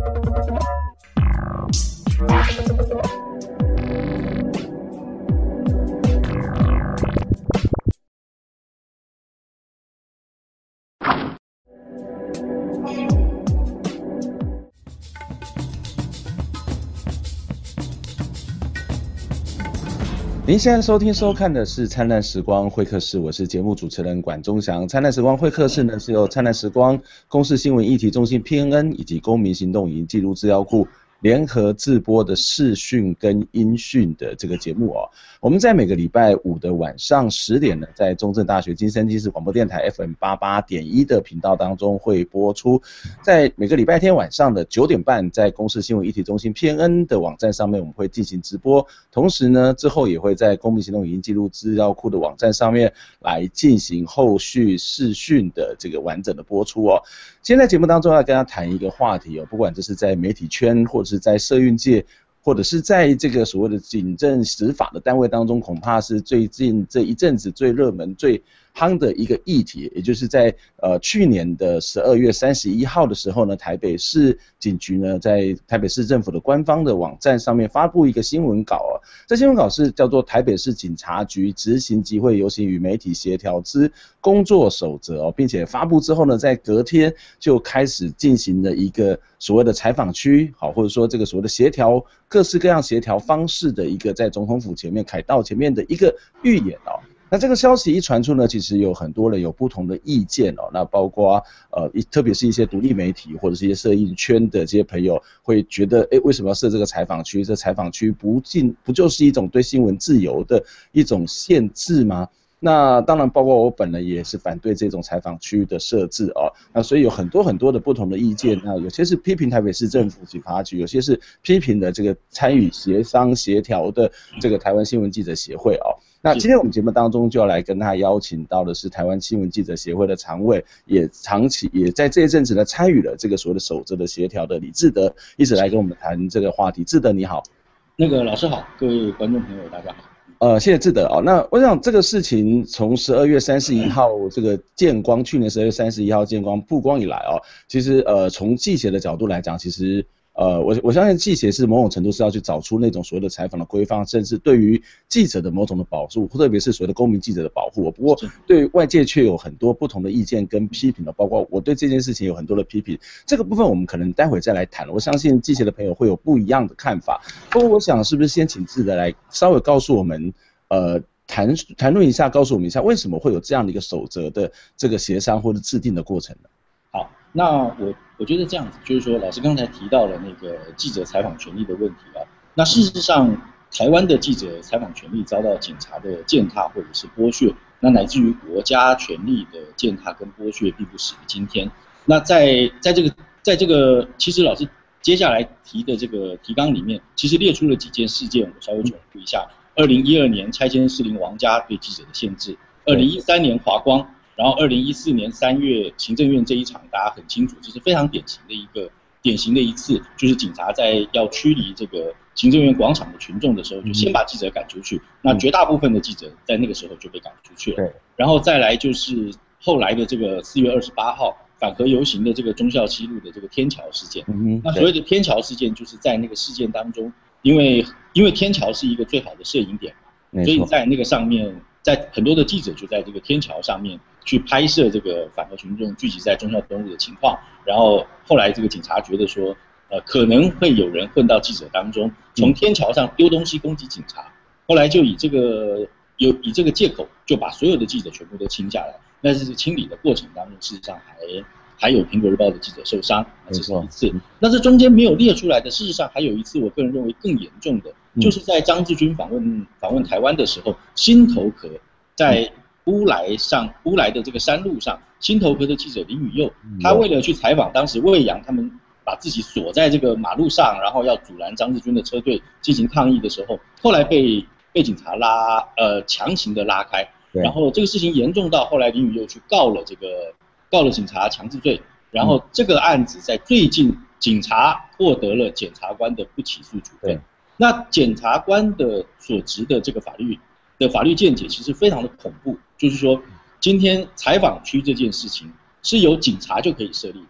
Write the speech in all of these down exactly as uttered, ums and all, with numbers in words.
您现在收听收看的是灿烂时光会客室，我是节目主持人管中祥。灿烂时光会客室呢，是由灿烂时光、公视新闻议题中心 P N N 以及公民行动影音记录资料库联合制播的视讯跟音讯的这个节目哦。我们在每个礼拜五的晚上十点呢，在中正大学金声机视广播电台 F M 八八点一的频道当中会播出，在每个礼拜天晚上的九点半，在公视新闻议题中心 P N N 的网站上面我们会进行直播，同时呢之后也会在公民行动影音记录资料库的网站上面来进行后续视讯的这个完整的播出哦。今天在节目当中要跟大家谈一个话题哦，不管这是在媒体圈或者是在社运界，或者是在这个所谓的警政执法的单位当中，恐怕是最近这一阵子最热门、最夯的一个议题，也就是在呃去年的十二月三十一号的时候呢，台北市警局呢在台北市政府的官方的网站上面发布一个新闻稿哦，这新闻稿是叫做台北市警察局执行集会游行与媒体协调之工作守则哦，并且发布之后呢，在隔天就开始进行了一个所谓的采访区，好，或者说这个所谓的协调各式各样协调方式的一个在总统府前面凯道前面的一个预演哦。那这个消息一传出呢，其实有很多人有不同的意见哦。那包括呃，特别是一些独立媒体或者是一些摄影圈的这些朋友，会觉得，哎，为什么要设这个采访区？这采访区不进不就是一种对新闻自由的一种限制吗？那当然，包括我本人也是反对这种采访区的设置哦。那所以有很多很多的不同的意见，那有些是批评台北市政府警察局，有些是批评的这个参与协商协调的这个台湾新闻记者协会哦。那今天我们节目当中就要来跟他邀请到的是台湾新闻记者协会的常委，也长期也在这一阵子呢参与了这个所谓的守则的协调的李志德，一起来跟我们谈这个话题。志德你好。 那个老师好，各位观众朋友大家好。 呃，谢谢志德哦。那我想这个事情从十二月三十一号这个见光，去年十二月三十一号见光曝光以来哦，其实呃从记协的角度来讲，其实呃我我相信记协是某种程度是要去找出那种所谓的采访的规范，甚至对于记者的某种的保护，特别是所谓的公民记者的保护。不过对外界却有很多不同的意见跟批评的，包括我对这件事情有很多的批评。这个部分我们可能待会再来谈，我相信记协的朋友会有不一样的看法。不过我想是不是先请志德来稍微告诉我们。呃，谈谈论一下，告诉我们一下为什么会有这样的一个守则的这个协商或者制定的过程呢？ 好，那我我觉得这样子，就是说老师刚才提到了那个记者采访权利的问题啊，那事实上台湾的记者采访权利遭到警察的践踏或者是剥削，那乃至于国家权力的践踏跟剥削，并不始于今天。那在在这个在这个，其实老师接下来提的这个提纲里面，其实列出了几件事件，我稍微重复一下。二零一二年拆迁士林王家对记者的限制，二零一三年华光，然后二零一四年三月行政院这一场大家很清楚，这是非常典型的一个典型的一次，就是警察在要驱离这个行政院广场的群众的时候，就先把记者赶出去，那绝大部分的记者在那个时候就被赶出去了。然后再来就是后来的这个四月二十八号反核游行的这个忠孝西路的这个天桥事件，那所谓的天桥事件就是在那个事件当中。因为因为天桥是一个最好的摄影点，所以在那个上面，在很多的记者就在这个天桥上面去拍摄这个反核群众聚集在忠孝东路的情况。然后后来这个警察觉得说，呃，可能会有人混到记者当中，从天桥上丢东西攻击警察。后来就以这个有以这个借口，就把所有的记者全部都清下来。但是清理的过程当中，事实上还。还有苹果日报的记者受伤，这是一次。那这中间没有列出来的，事实上还有一次，我个人认为更严重的，就是在张志军访问访问台湾的时候，新头壳在乌来上乌来的这个山路上，新头壳的记者林宇佑，他为了去采访当时魏阳他们把自己锁在这个马路上，然后要阻拦张志军的车队进行抗议的时候，后来被被警察拉呃强行的拉开，然后这个事情严重到后来林宇佑去告了这个。告了警察强制罪，然后这个案子在最近，警察获得了检察官的不起诉处分。那检察官的所执的这个法律的法律见解其实非常的恐怖，就是说，今天采访区这件事情是由警察就可以设立的，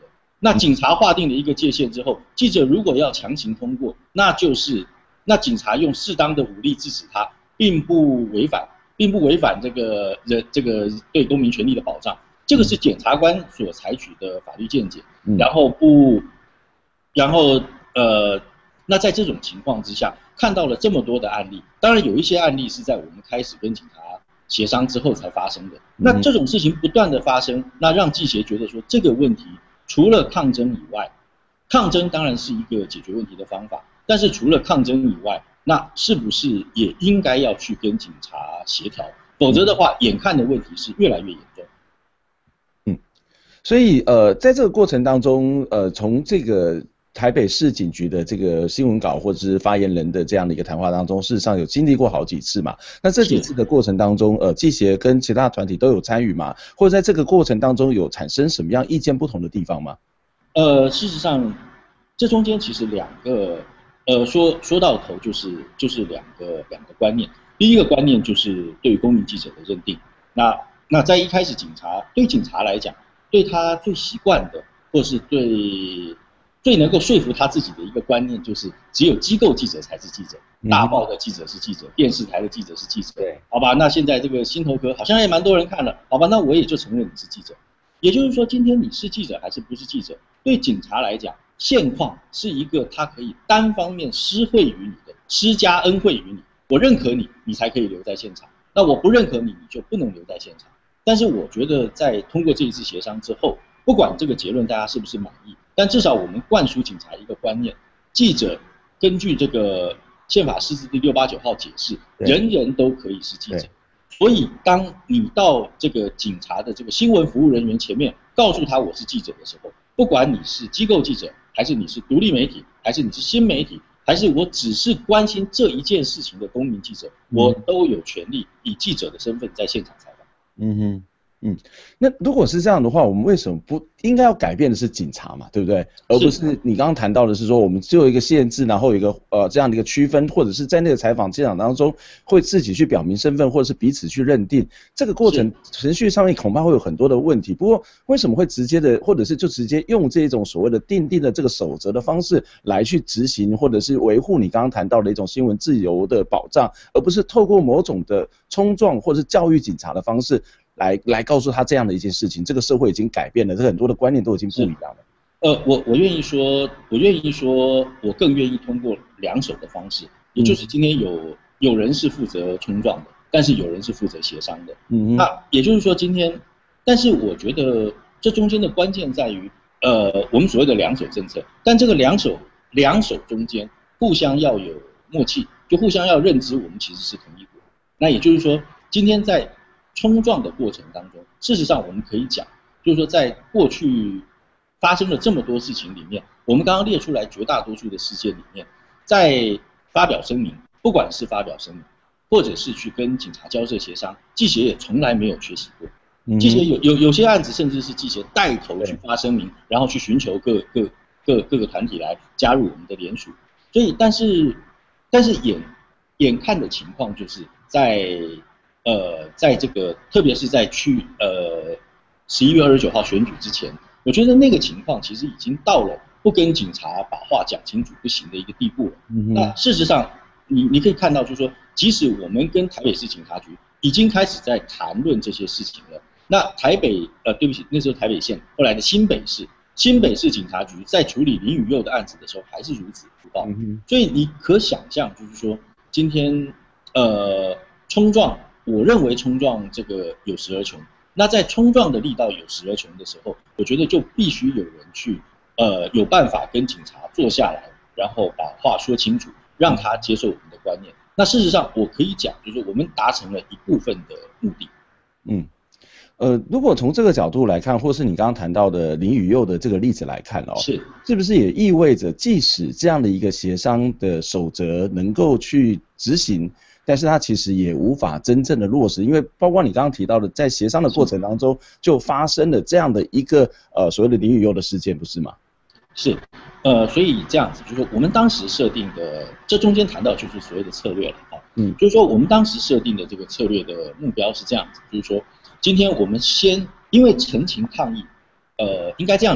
那警察划定了一个界限之后，记者如果要强行通过，那就是那警察用适当的武力制止他，并不违反，并不违反这个人这个对公民权利的保障。这个是检察官所采取的法律见解，然后不，然后呃，那在这种情况之下，看到了这么多的案例，当然有一些案例是在我们开始跟警察协商之后才发生的。那这种事情不断的发生，那让记协觉得说这个问题除了抗争以外，抗争当然是一个解决问题的方法，但是除了抗争以外，那是不是也应该要去跟警察协调？否则的话，眼看的问题是越来越严重。 所以呃，在这个过程当中，呃，从这个台北市警局的这个新闻稿或者是发言人的这样的一个谈话当中，事实上有经历过好几次嘛。那这几次的过程当中，呃，记协跟其他团体都有参与吗？或者在这个过程当中有产生什么样意见不同的地方吗？ 呃，事实上，这中间其实两个，呃，说说到头就是就是两个两个观念。第一个观念就是对于公民记者的认定。那那在一开始，警察对警察来讲，对他最习惯的，或是最最能够说服他自己的一个观念，就是只有机构记者才是记者，大报的记者是记者，电视台的记者是记者。对，好吧，那现在这个新头壳好像也蛮多人看了，好吧，那我也就承认你是记者。也就是说，今天你是记者还是不是记者，对警察来讲，现况是一个他可以单方面施惠于你的，施加恩惠于你，我认可你，你才可以留在现场；那我不认可你，你就不能留在现场。但是我觉得，在通过这一次协商之后，不管这个结论大家是不是满意，但至少我们灌输警察一个观念：记者根据这个宪法释字第六八九号解释，人人都可以是记者。所以，当你到这个警察的这个新闻服务人员前面，告诉他我是记者的时候，不管你是机构记者，还是你是独立媒体，还是你是新媒体，还是我只是关心这一件事情的公民记者，我都有权利以记者的身份在现场采访。 嗯哼，嗯，那如果是这样的话，我们为什么不应该要改变的是警察嘛，对不对？而不是你刚刚谈到的是说，我们只有一个限制，然后有一个呃这样的一个区分，或者是在那个采访现场当中会自己去表明身份，或者是彼此去认定，这个过程程序上面恐怕会有很多的问题。不过为什么会直接的，或者是就直接用这种所谓的定定的这个守则的方式来去执行，或者是维护你刚刚谈到的一种新闻自由的保障，而不是透过某种的冲撞或者是教育警察的方式？来来告诉他这样的一件事情，这个社会已经改变了，这很多的观念都已经不一样了。 呃，我我愿意说，我愿意说，我更愿意通过两手的方式，也就是今天有有人是负责冲撞的，但是有人是负责协商的。嗯，那也就是说今天，但是我觉得这中间的关键在于，呃，我们所谓的两手政策，但这个两手两手中间互相要有默契，就互相要认知我们其实是同一国。那也就是说，今天在冲撞的过程当中，事实上我们可以讲，就是说在过去发生了这么多事情里面，我们刚刚列出来绝大多数的事件里面，在发表声明，不管是发表声明，或者是去跟警察交涉协商，记协也从来没有缺席过。记协有有有些案子甚至是记协带头去发声明，然后去寻求各各各各个团体来加入我们的联署。所以，但是但是眼眼看的情况就是在。呃，在这个特别是在去呃十一月二十九号选举之前，我觉得那个情况其实已经到了不跟警察把话讲清楚不行的一个地步了。嗯、那事实上，你你可以看到，就是说，即使我们跟台北市警察局已经开始在谈论这些事情了，那台北呃对不起，那时候台北县后来的新北市新北市警察局在处理林宇佑的案子的时候还是如此粗暴。嗯、所以你可想象，就是说今天呃冲撞。我认为冲撞这个有时而穷，那在冲撞的力道有时而穷的时候，我觉得就必须有人去，呃，有办法跟警察坐下来，然后把话说清楚，让他接受我们的观念。那事实上，我可以讲，就是我们达成了一部分的目的。 嗯，呃，如果从这个角度来看，或是你刚刚谈到的林宇佑的这个例子来看哦， 是是不是也意味着，即使这样的一个协商的守则能够去执行？但是它其实也无法真正的落实，因为包括你刚刚提到的，在协商的过程当中，就发生了这样的一个呃所谓的林宇佑的事件，不是吗？ 是，呃，所以这样子，就是说我们当时设定的，这中间谈到就是所谓的策略了哈，嗯，就是说我们当时设定的这个策略的目标是这样子，就是说今天我们先因为陈情抗议，呃，应该这样讲，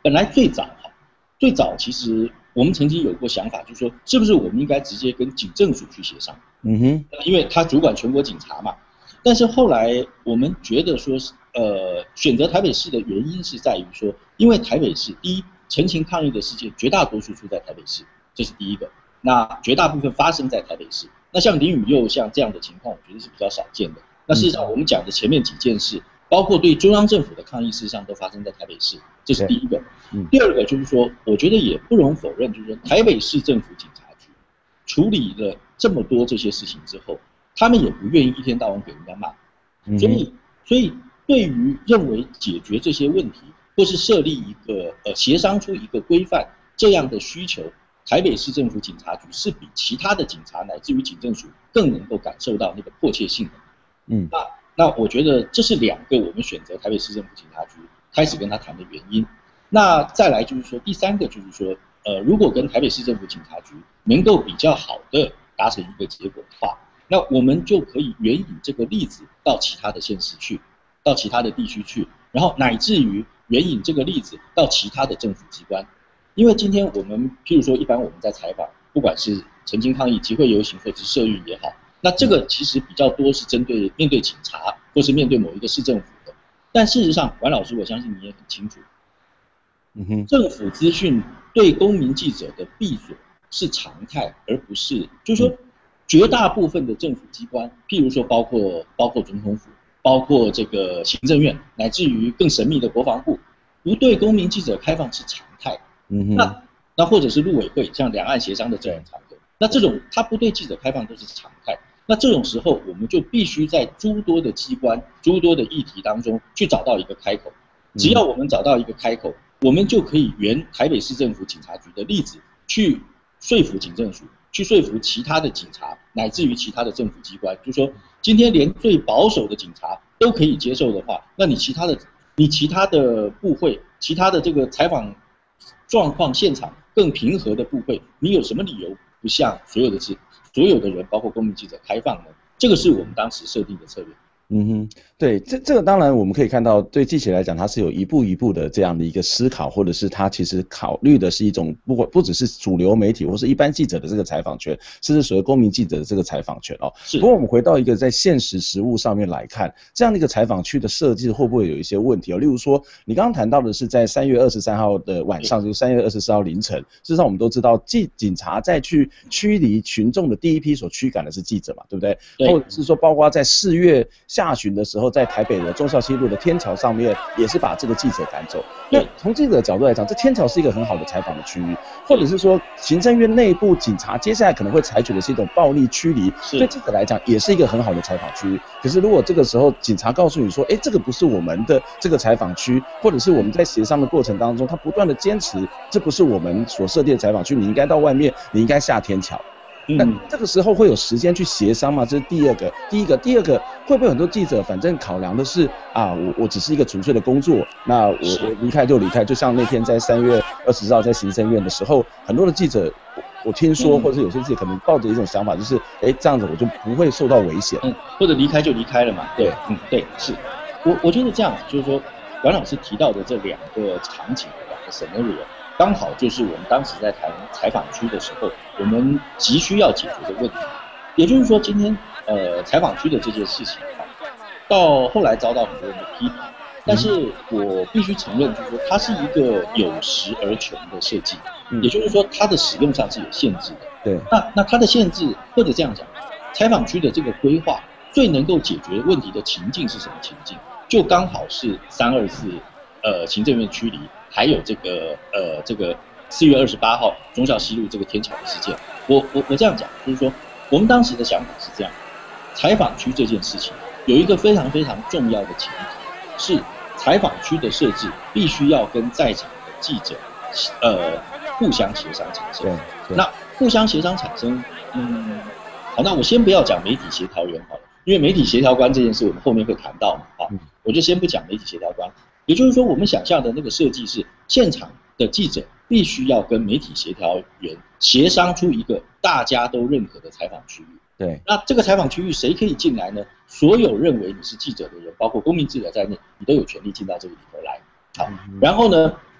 本来最早哈，最早其实我们曾经有过想法，就是说是不是我们应该直接跟警政署去协商？ 嗯哼， 因为他主管全国警察嘛。但是后来我们觉得说，呃，选择台北市的原因是在于说，因为台北市第一，陈情抗议的事件绝大多数出在台北市，这是第一个。那绝大部分发生在台北市。那像林宇佑像这样的情况，我觉得是比较少见的。那事实上我们讲的前面几件事，包括对中央政府的抗议，事实上都发生在台北市，这是第一个。嗯、第二个就是说，我觉得也不容否认，就是说台北市政府警察局处理了这么多这些事情之后，他们也不愿意一天到晚给人家骂，所以所以对于认为解决这些问题，或是设立一个呃协商出一个规范这样的需求，台北市政府警察局是比其他的警察乃至于警政署更能够感受到那个迫切性的。嗯，那那我觉得这是两个我们选择台北市政府警察局开始跟他谈的原因。那再来就是说，第三个就是说，呃，如果跟台北市政府警察局能够比较好的达成一个结果的话，那我们就可以援引这个例子到其他的县市去，到其他的地区去，然后乃至于援引这个例子到其他的政府机关。因为今天我们譬如说，一般我们在采访，不管是陈情抗议、集会游行或者是社运也好，那这个其实比较多是针对面对警察或是面对某一个市政府的。但事实上，管老师，我相信你也很清楚，嗯哼，政府资讯对公民记者的闭锁是常态，而不是就是说，绝大部分的政府机关，譬如说包括包括总统府、包括这个行政院，乃至于更神秘的国防部，不对公民记者开放是常态。嗯哼，那那或者是陆委会，像两岸协商的这种场合，那这种他不对记者开放都是常态。那这种时候，我们就必须在诸多的机关、诸多的议题当中去找到一个开口。只要我们找到一个开口，我们就可以沿台北市政府警察局的例子去说服警政署，去说服其他的警察，乃至于其他的政府机关，就是说，今天连最保守的警察都可以接受的话，那你其他的、你其他的部会、其他的这个采访状况现场更平和的部会，你有什么理由不向所有的是所有的人，包括公民记者开放呢？这个是我们当时设定的策略。 嗯哼，对，这这个当然我们可以看到，对记者来讲，他是有一步一步的这样的一个思考，或者是他其实考虑的是一种不不只是主流媒体或是一般记者的这个采访权，甚至所谓公民记者的这个采访权哦。是。不过我们回到一个在现实实务上面来看，这样的一个采访区的设计会不会有一些问题哦？例如说，你刚刚谈到的是在三月二十三号的晚上，就是三月二十四号凌晨，事实上我们都知道，记警察在去驱离群众的第一批所驱赶的是记者嘛，对不对？对。或者是说，包括在四月下旬的时候，在台北的忠孝西路的天桥上面，也是把这个记者赶走。那从记者的角度来讲，这天桥是一个很好的采访的区域，或者是说，行政院内部警察接下来可能会采取的是一种暴力驱离，对记者来讲也是一个很好的采访区域。可是如果这个时候警察告诉你说，哎，这个不是我们的这个采访区，或者是我们在协商的过程当中，他不断的坚持，这不是我们所设定的采访区，你应该到外面，你应该下天桥。那这个时候会有时间去协商吗？这是第二个。第一个，第二个会不会很多记者反正考量的是啊，我我只是一个纯粹的工作，那我我离开就离开。就像那天在三月二十号在行政院的时候，很多的记者，我听说或者有些记者可能抱着一种想法，就是哎这样子我就不会受到危险，嗯， 或者离开就离开了嘛。对，嗯，对，是我我觉得这样子，就是说管老师提到的这两个场景，两个 scenario。刚好就是我们当时在谈采访区的时候，我们急需要解决的问题。也就是说，今天呃采访区的这件事情，到后来遭到很多人的批评，但是我必须承认，就是说它是一个有实而穷的设计，也就是说它的使用上是有限制的。 对， 那那它的限制，或者这样讲，采访区的这个规划最能够解决问题的情境是什么情境？就刚好是三二四呃行政院驱离。还有这个呃，这个四月二十八号忠孝西路这个天桥的事件，我我我这样讲，就是说，我们当时的想法是这样：采访区这件事情有一个非常非常重要的前提，是采访区的设置必须要跟在场的记者呃互相协商产生。那互相协商产生，嗯，好，那我先不要讲媒体协调员好了，因为媒体协调官这件事我们后面会谈到嘛，好，我就先不讲媒体协调官。也就是说，我们想象的那个设计是，现场的记者必须要跟媒体协调员协商出一个大家都认可的采访区域。 对， 那这个采访区域谁可以进来呢？所有认为你是记者的人，包括公民记者在内，你都有权利进到这个里头来。好，然后呢，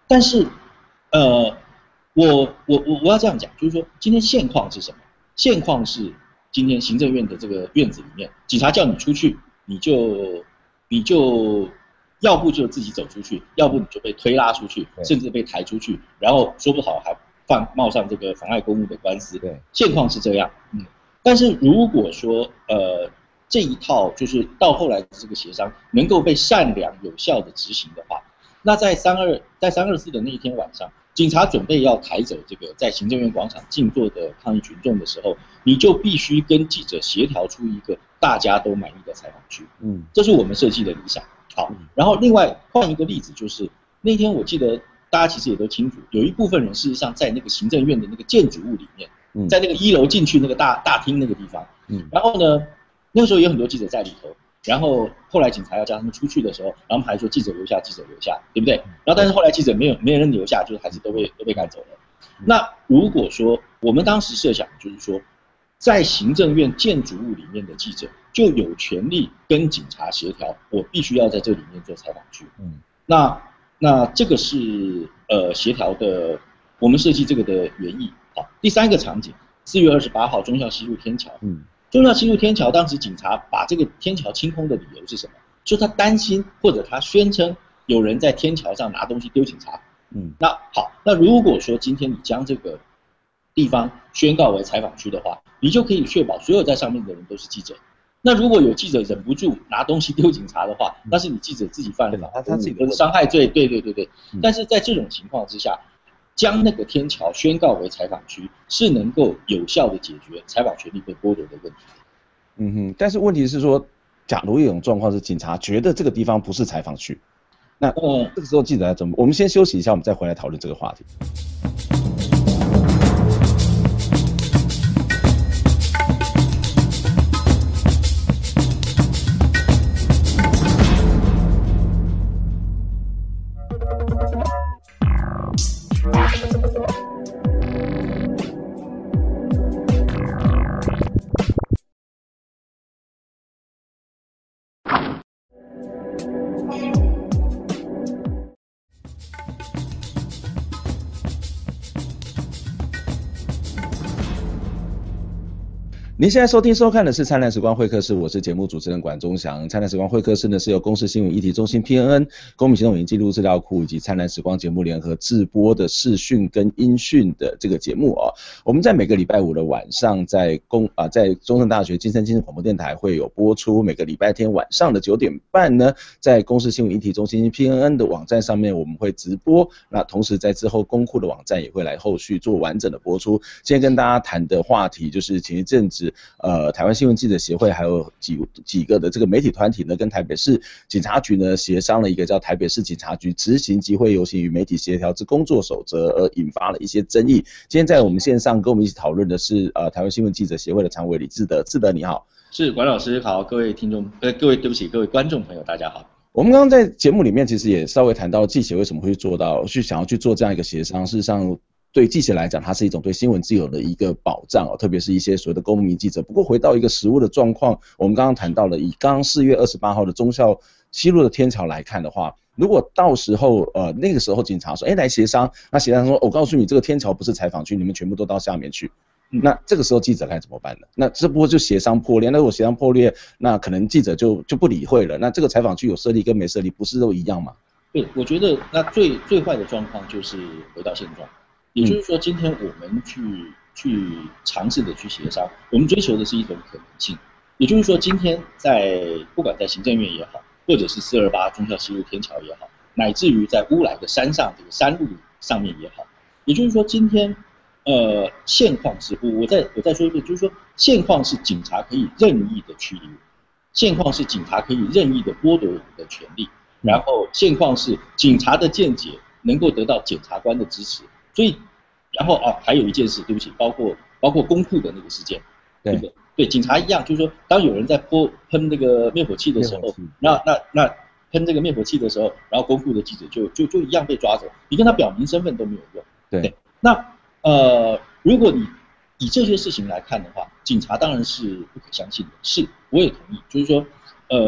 但是，呃，我我我我要这样讲，就是说今天现况是什么？现况是今天行政院的这个院子里面，警察叫你出去，你就你就要不就自己走出去，要不你就被推拉出去，甚至被抬出去，然后说不好还犯冒上这个妨碍公务的官司。 对， 现况是这样。嗯，但是如果说呃这一套就是到后来的这个协商能够被善良有效的执行的话，那在三二在三二四的那一天晚上，警察准备要抬走这个在行政院广场静坐的抗议群众的时候，你就必须跟记者协调出一个大家都满意的采访区。嗯，这是我们设计的理想。好，然后另外换一个例子，就是那天我记得大家其实也都清楚，有一部分人事实上在那个行政院的那个建筑物里面，在那个一楼进去那个大大厅那个地方，嗯，然后呢，那个时候有很多记者在里头。然后后来警察要叫他们出去的时候，然后还说记者留下，记者留下，对不对？然后但是后来记者没有没有人留下，就是还是都被都被赶走了。那如果说我们当时设想就是说，在行政院建筑物里面的记者就有权利跟警察协调，我必须要在这里面做采访区。嗯，那那这个是呃协调的，我们设计这个的原意。好，第三个场景，四月二十八号忠孝西路天桥。嗯。忠孝西路天桥，当时警察把这个天桥清空的理由是什么？就是他担心或者他宣称有人在天桥上拿东西丢警察。嗯，那好，那如果说今天你将这个地方宣告为采访区的话，你就可以确保所有在上面的人都是记者。那如果有记者忍不住拿东西丢警察的话，那是你记者自己犯了法，他自己的伤害罪。对对对对。但是在这种情况之下，将那个天桥宣告为采访区，是能够有效的解决采访权利被剥夺的问题。 嗯哼，但是问题是说，假如有一种状况是警察觉得这个地方不是采访区，那嗯，这个时候记者要怎么？我们先休息一下，我们再回来讨论这个话题。您现在收听收看的是灿烂时光会客室，我是节目主持人管中祥。灿烂时光会客室呢是由公视新闻议题中心 P N N 公民行动影音记录资料库以及灿烂时光节目联合制播的视讯跟音讯的这个节目哦。我们在每个礼拜五的晚上在公啊在中正大学金声精神广播电台会有播出，每个礼拜天晚上的九点半呢，在公视新闻议题中心 P N N 的网站上面我们会直播，那同时在之后公库的网站也会来后续做完整的播出。今天跟大家谈的话题就是前一阵子呃，台湾新闻记者协会还有几几个的这个媒体团体呢，跟台北市警察局呢协商了一个叫台北市警察局执行集会游行与媒体协调之工作守则，而引发了一些争议。今天在我们线上跟我们一起讨论的是呃台湾新闻记者协会的常委李志德，志德你好。 是管老师好，各位听众呃各位对不起各位观众朋友大家好。 我们刚刚在节目里面其实也稍微谈到记协为什么会做到去想要去做这样一个协商，事实上对记者来讲，它是一种对新闻自由的一个保障哦，特别是一些所谓的公民记者。不过回到一个实务的状况，我们刚刚谈到了，以刚刚四月二十八号的忠孝西路的天桥来看的话，如果到时候呃那个时候警察说，哎来协商，那协商说，我告诉你这个天桥不是采访区，你们全部都到下面去。那这个时候记者该怎么办呢？那这不就协商破裂？那如果协商破裂，那可能记者就就不理会了。那这个采访区有设立跟没设立，不是都一样吗？ 对，我觉得那最最坏的状况就是回到现状。也就是说，今天我们去去尝试的去协商，我们追求的是一种可能性。也就是说，今天在不管在行政院也好，或者是四二八忠孝西路天桥也好，乃至于在乌来的山上这个山路上面也好，也就是说，今天呃现况是，我再我再说一遍，就是说现况是警察可以任意的驱离，现况是警察可以任意的剥夺我们的权利，然后现况是警察的见解能够得到检察官的支持。所以，然后啊，还有一件事，对不起，包括包括公库的那个事件，对不对？对，警察一样，就是说，当有人在泼喷那个灭火器的时候，那那那喷这个灭火器的时候，然后公库的记者就就就一样被抓走，你跟他表明身份都没有用。 对，对那呃，如果你以这些事情来看的话，警察当然是不可相信的，是，我也同意，就是说，呃，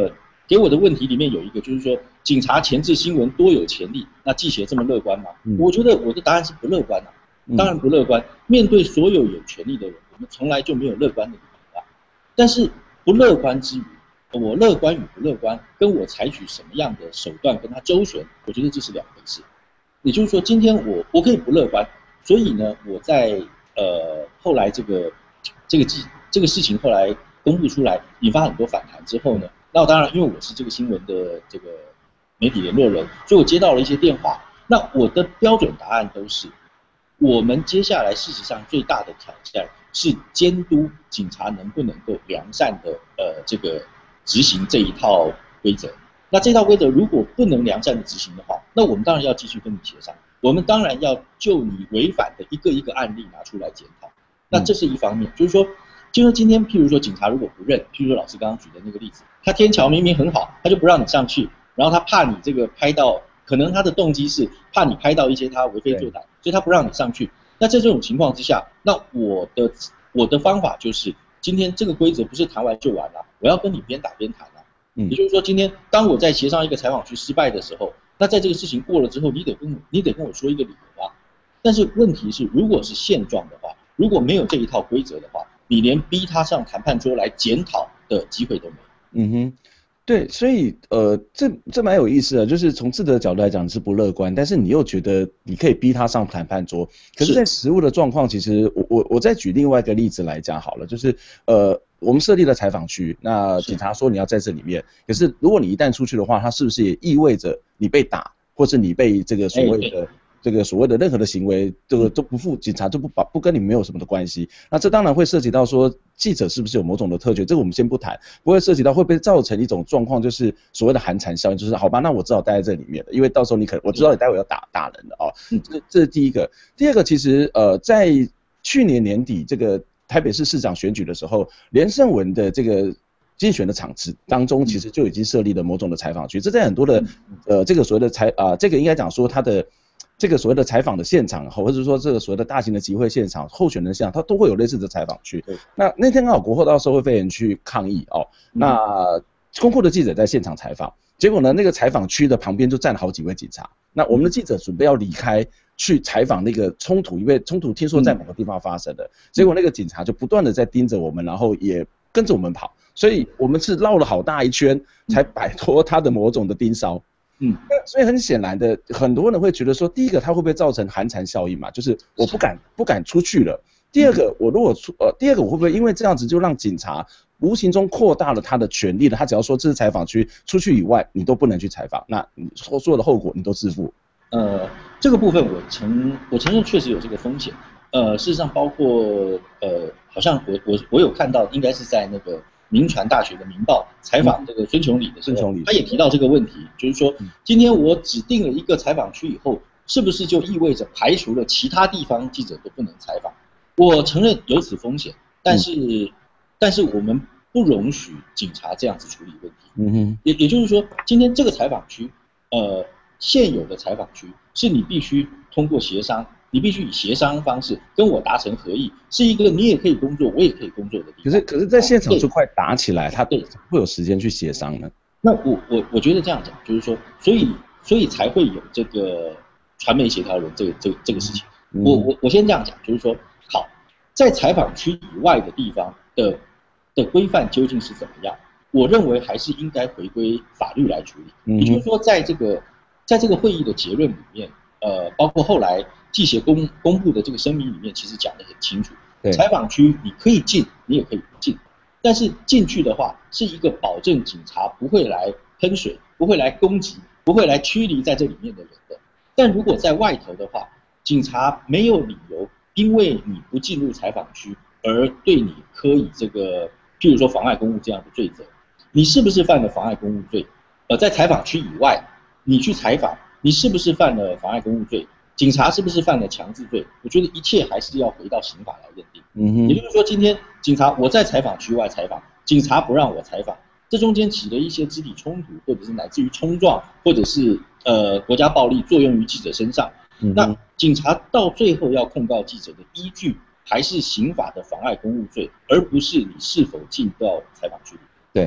给我的问题里面有一个就是说，警察前置新闻多有潜力，那记协这么乐观吗？嗯、我觉得我的答案是不乐观啊，当然不乐观。面对所有有权利的人，我们从来就没有乐观的理由啊。但是不乐观之余，我乐观与不乐观，跟我采取什么样的手段跟他周旋，我觉得这是两回事。也就是说，今天我我可以不乐观，所以呢，我在呃后来这个这个记这个事情后来公布出来，引发很多反弹之后呢，那我当然因为我是这个新闻的这个媒体联络人，所以我接到了一些电话。那我的标准答案都是，我们接下来事实上最大的挑战是监督警察能不能够良善的呃这个执行这一套规则。那这套规则如果不能良善的执行的话，那我们当然要继续跟你协商，我们当然要就你违反的一个一个案例拿出来检讨。那这是一方面，就是说，就说今天譬如说警察如果不认，譬如说老师刚刚举的那个例子，他天桥明明很好，他就不让你上去，然后他怕你这个拍到，可能他的动机是怕你拍到一些他为非作歹，所以他不让你上去。那在这种情况之下，那我的我的方法就是，今天这个规则不是谈完就完了，我要跟你边打边谈啊。也就是说，今天当我在协商一个采访区失败的时候，那在这个事情过了之后，你得跟我你得跟我说一个理由啊。但是问题是，如果是现状的话，如果没有这一套规则的话，你连逼他上谈判桌来检讨的机会都没有。 嗯哼。对，所以呃，这这蛮有意思的，就是从智德的角度来讲是不乐观，但是你又觉得你可以逼他上谈判桌。可是，在实务的状况，其实我我我再举另外一个例子来讲好了，就是呃，我们设立了采访区，那警察说你要在这里面，可是如果你一旦出去的话，它是不是也意味着你被打，或是你被这个所谓的、欸、这个所谓的任何的行为，这个都不负警察就不把不跟你没有什么的关系。那这当然会涉及到说记者是不是有某种的特权，这个我们先不谈，不会涉及到会不会造成一种状况，就是所谓的寒蝉效应，就是好吧，那我只好待在这里面了，因为到时候你可能我知道你待会要打打人了哦。这这是第一个。第二个，其实呃，在去年年底这个台北市市长选举的时候，连胜文的这个竞选的场次当中，其实就已经设立了某种的采访区，这在很多的呃这个所谓的采啊、呃，这个应该讲说他的。这个所谓的采访的现场，或者说这个所谓的大型的集会现场、候选人现场，它都会有类似的采访区。那那天刚好国后到社会肺炎去抗议哦，那公库的记者在现场采访，结果呢，那个采访区的旁边就站了好几位警察。那我们的记者准备要离开去采访那个冲突，因为冲突听说在某个地方发生的，结果那个警察就不断的在盯着我们，然后也跟着我们跑，所以我们是绕了好大一圈才摆脱他的某种的盯梢。嗯，所以很显然的，很多人会觉得说，第一个它会不会造成寒蝉效应嘛？就是我不敢不敢出去了。第二个，我如果出呃，第二个我会不会因为这样子就让警察无形中扩大了他的权利了？他只要说这是采访区，出去以外你都不能去采访，那你所有的后果你都自负。 呃，这个部分我承我承认确实有这个风险。呃，事实上包括呃，好像我我我有看到，应该是在那个。民传大学的民报采访这个孙琼礼的时候，他也提到这个问题，就是说，今天我指定了一个采访区以后，是不是就意味着排除了其他地方记者都不能采访？我承认有此风险，但是，嗯、但是我们不容许警察这样子处理问题。嗯哼，也也就是说，今天这个采访区，呃，现有的采访区是你必须通过协商。你必须以协商方式跟我达成合意，是一个你也可以工作，我也可以工作的地方。 可是，可是在现场就快打起来，他对会有时间去协商呢？ 那我我我觉得这样讲，就是说，所以所以才会有这个传媒协调人这个这个这个事情。嗯、我我我先这样讲，就是说，好，在采访区以外的地方的的规范究竟是怎么样？我认为还是应该回归法律来处理。嗯、也就是说，在这个在这个会议的结论里面，呃，包括后来。记协公公布的这个声明里面，其实讲得很清楚，采访区你可以进，你也可以不进，但是进去的话是一个保证警察不会来喷水，不会来攻击，不会来驱离在这里面的人的。但如果在外头的话，警察没有理由因为你不进入采访区而对你科以这个，譬如说妨碍公务这样的罪责，你是不是犯了妨碍公务罪？呃，在采访区以外，你去采访，你是不是犯了妨碍公务罪？警察是不是犯了强制罪？我觉得一切还是要回到刑法来认定。嗯哼，也就是说，今天警察我在采访区外采访，警察不让我采访，这中间起了一些肢体冲突，或者是乃至于冲撞，或者是呃国家暴力作用于记者身上。嗯、那警察到最后要控告记者的依据，还是刑法的妨碍公务罪，而不是你是否进到采访区里。 对。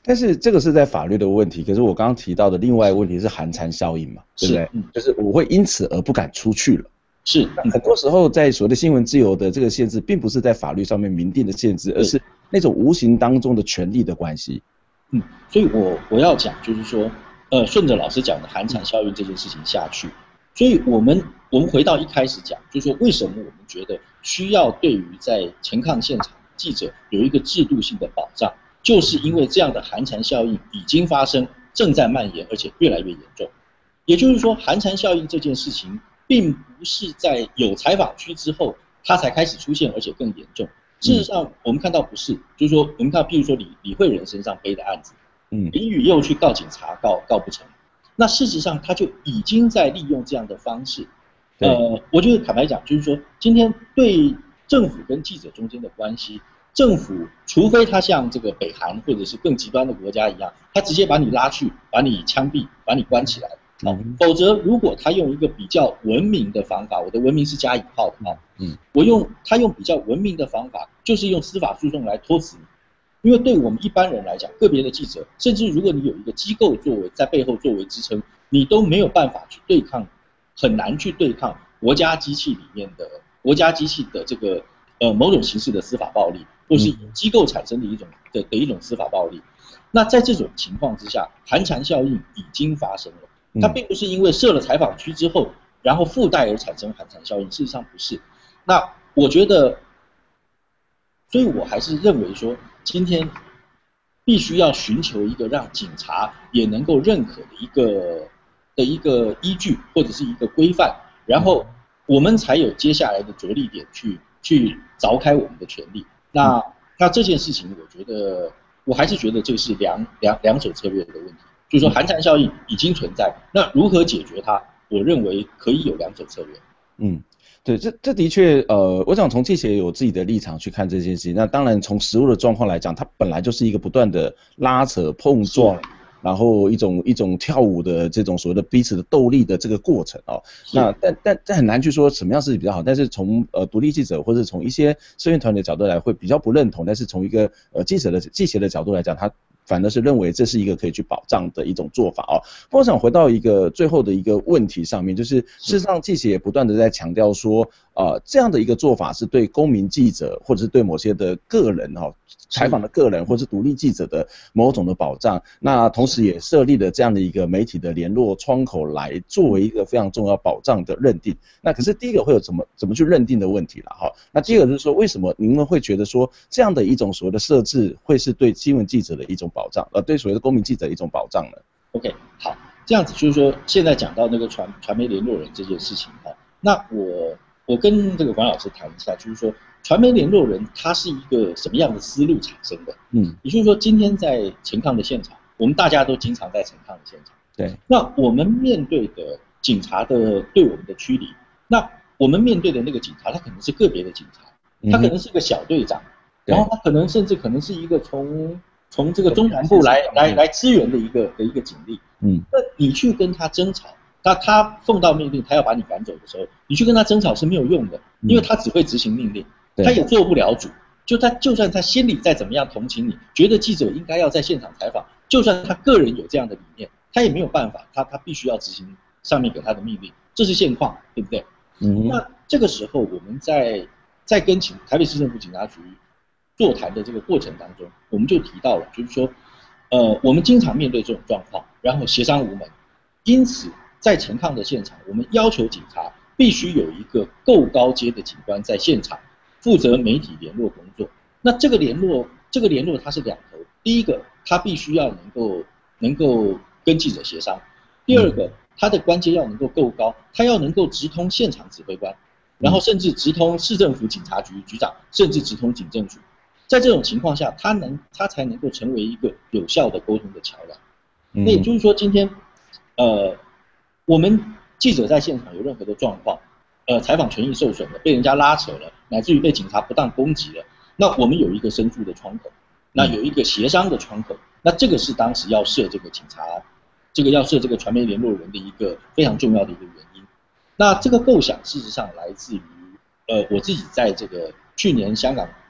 但是这个是在法律的问题，可是我刚刚提到的另外一个问题是寒蝉效应嘛，对不对？嗯，就是我会因此而不敢出去了。 是， 那很多时候在所谓的新闻自由的这个限制，并不是在法律上面明定的限制，而是那种无形当中的权利的关系。 嗯，所以我我要讲就是说，呃，顺着老师讲的寒蝉效应这件事情下去，所以我们我们回到一开始讲，就是说为什么我们觉得需要对于在前抗现场记者有一个制度性的保障，就是因为这样的寒蝉效应已经发生，正在蔓延，而且越来越严重。也就是说，寒蝉效应这件事情，并不是在有采访区之后它才开始出现，而且更严重。事实上，我们看到不是，就是说，我们看到，譬如说李李慧仁身上背的案子，嗯，林宇又去告警察，告告不成，那事实上他就已经在利用这样的方式。呃，我觉得坦白讲，就是说，今天对政府跟记者中间的关系，政府除非他像这个北韩或者是更极端的国家一样，他直接把你拉去，把你枪毙，把你关起来。哦，否则如果他用一个比较文明的方法，我的文明是加引号的哦，嗯，我用他用比较文明的方法，就是用司法诉讼来拖死你，因为对我们一般人来讲，个别的记者，甚至如果你有一个机构作为在背后作为支撑，你都没有办法去对抗，很难去对抗国家机器里面的国家机器的这个呃某种形式的司法暴力，或是机构产生的一种的的一种司法暴力。那在这种情况之下，寒蝉效应已经发生了。它并不是因为设了采访区之后，然后附带而产生寒蝉效应，事实上不是。那我觉得，所以我还是认为说，今天必须要寻求一个让警察也能够认可的一个的一个依据或者是一个规范，然后我们才有接下来的着力点去去凿开我们的权利。那那这件事情，我觉得我还是觉得这是两两两手策略的问题。就是说寒蝉效应已经存在，那如何解决它？我认为可以有两种策略。 嗯，对，这这的确，呃，我想从记者有自己的立场去看这件事情。那当然，从实务的状况来讲，它本来就是一个不断的拉扯、碰撞，然后一种一种跳舞的这种所谓的彼此的斗力的这个过程哦。那但但但很难去说什么样是比较好。但是从呃独立记者或者从一些社运团的角度来，会比较不认同。但是从一个呃记者的记者的角度来讲，他反而是认为这是一个可以去保障的一种做法哦。不过我想回到一个最后的一个问题上面，就是事实上记者也不断的在强调说，呃，这样的一个做法是对公民记者或者是对某些的个人哈、哦、采访的个人或是独立记者的某种的保障。那同时也设立了这样的一个媒体的联络窗口来作为一个非常重要保障的认定。那可是第一个会有怎么怎么去认定的问题了哈。那第二个就是说，为什么您们会觉得说这样的一种所谓的设置会是对新闻记者的一种保障，呃，对所谓的公民记者的一种保障呢 ？OK， 好，这样子就是说，现在讲到那个传传媒联络人这件事情哈，那我我跟这个管老师谈一下，就是说传媒联络人他是一个什么样的思路产生的？嗯，也就是说，今天在前抗的现场，我们大家都经常在前抗的现场， 对， 那我们面对的警察的对我们的驱离，那我们面对的那个警察，他可能是个别的警察，他可能是个小队长，然后他可能甚至可能是一个从从这个中南部来来来支援的一个的一个警力，嗯，那你去跟他争吵，他他奉到命令，他要把你赶走的时候，你去跟他争吵是没有用的，因为他只会执行命令，他也做不了主。就他就算他心里再怎么样同情你，觉得记者应该要在现场采访，就算他个人有这样的理念，他也没有办法，他他必须要执行上面给他的命令，这是现况，对不对？嗯，那这个时候我们在在跟警台北市政府警察局座谈的这个过程当中，我们就提到了，就是说，呃，我们经常面对这种状况，然后协商无门，因此在前抗的现场，我们要求警察必须有一个够高阶的警官在现场负责媒体联络工作。那这个联络，这个联络它是两头，第一个，他必须要能够能够跟记者协商；第二个，他的官阶要能够够高，他要能够直通现场指挥官，然后甚至直通市政府警察局局长，甚至直通警政署。在这种情况下，他能他才能够成为一个有效的沟通的桥梁。那也就是说，今天，呃，我们记者在现场有任何的状况，呃，采访权益受损了，被人家拉扯了，乃至于被警察不当攻击了，那我们有一个申诉的窗口，那有一个协商的窗口，那这个是当时要设这个警察，这个要设这个传媒联络人的一个非常重要的一个原因。那这个构想事实上来自于，呃，我自己在这个去年香港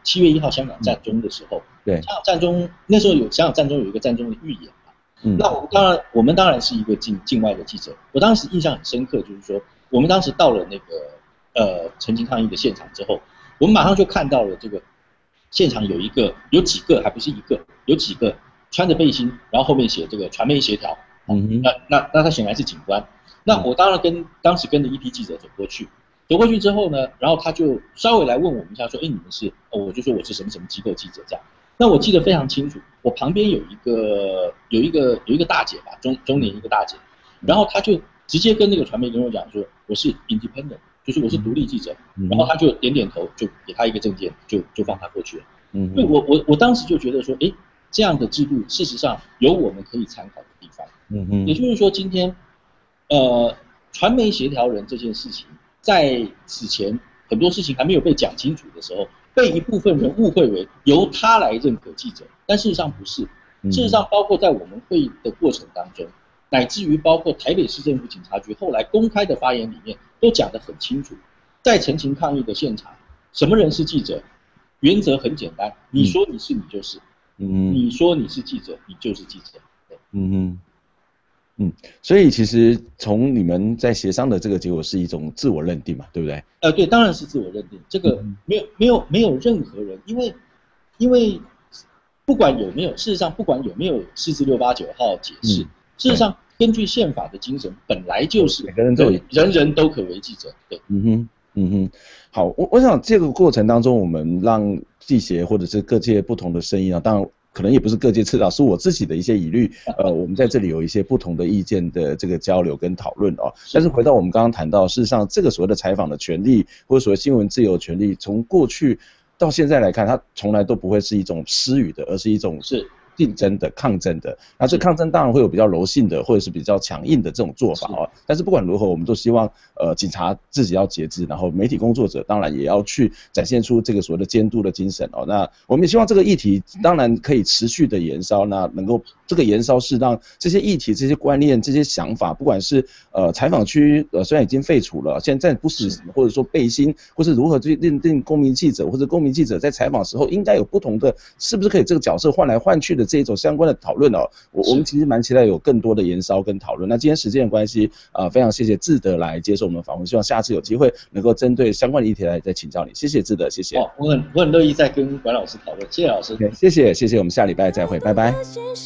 七月一号香港战中的时候， 对， 香港战中那时候有香港战中有一个战中的预演嘛， 嗯， 那我们当然我们当然是一个境境外的记者，我当时印象很深刻，就是说我们当时到了那个呃陈情抗议的现场之后，我们马上就看到了这个现场有一个有几个还不是一个，有几个穿着背心，然后后面写这个传媒协调，嗯，那那那他显然是警官，那我当然跟当时跟着一批记者走过去。走过去之后呢，然后他就稍微来问我们一下，说：“哎，你们是？”哦，我就说我是什么什么机构记者这样。那我记得非常清楚，我旁边有一个有一个有一个大姐吧，中中年一个大姐，然后他就直接跟那个传媒跟我讲说：“我是 independent， 就是我是独立记者。嗯”然后他就点点头，就给他一个证件，就就放他过去了。嗯，所以我我我当时就觉得说，哎，这样的制度事实上有我们可以参考的地方。嗯嗯，也就是说，今天呃，传媒协调人这件事情。在此前很多事情还没有被讲清楚的时候，被一部分人误会为由他来认可记者，但事实上不是。事实上，包括在我们会议的过程当中，乃至于包括台北市政府警察局后来公开的发言里面，都讲得很清楚。在陈情抗议的现场，什么人是记者？原则很简单，你说你是你就是，嗯，你说你是记者，你就是记者。嗯嗯。嗯，所以其实从你们在协商的这个结果是一种自我认定嘛，对不对？ 呃，对，当然是自我认定。这个没有没有没有任何人，因为因为不管有没有，事实上不管有没有四至六八九号解释，嗯、事实上根据宪法的精神，本来就是每个人都有人人都可为记者。对， 嗯哼。嗯哼，好，我我想这个过程当中，我们让记协或者是各界不同的声音啊，当然可能也不是各界知道，是我自己的一些疑虑，呃，我们在这里有一些不同的意见的这个交流跟讨论哦。但是回到我们刚刚谈到，事实上这个所谓的采访的权利，或者所谓新闻自由权利，从过去到现在来看，它从来都不会是一种施予的，而是一种是竞争的、抗争的。那这抗争当然会有比较柔性的，或者是比较强硬的这种做法哦。但是不管如何，我们都希望呃警察自己要节制，然后媒体工作者当然也要去展现出这个所谓的监督的精神哦。那我们也希望这个议题当然可以持续的延烧，那能够这个延烧是让这些议题、这些观念、这些想法，不管是呃采访区呃虽然已经废除了，现在不实行，或者说背心，或是如何去认定公民记者或者公民记者在采访时候应该有不同的，是不是可以这个角色换来换去的这种相关的讨论哦。我我们其实蛮期待有更多的延烧跟讨论。那今天时间的关系，啊、呃，非常谢谢志德来接受我们的访问，希望下次有机会能够针对相关的议题来再请教你。谢谢志德，谢谢。 哦，我很我很乐意再跟管老师讨论，谢谢老师。 Okay, 谢谢谢谢，我们下礼拜再会，拜拜。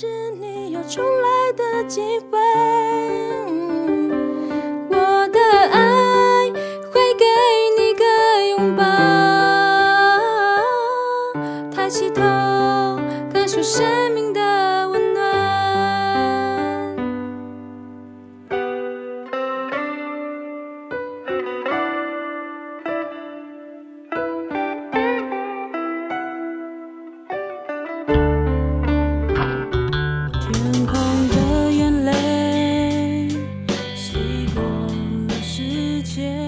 我的爱会给你个拥抱，抬起头感受生命的温暖。天空的眼泪洗过了世界。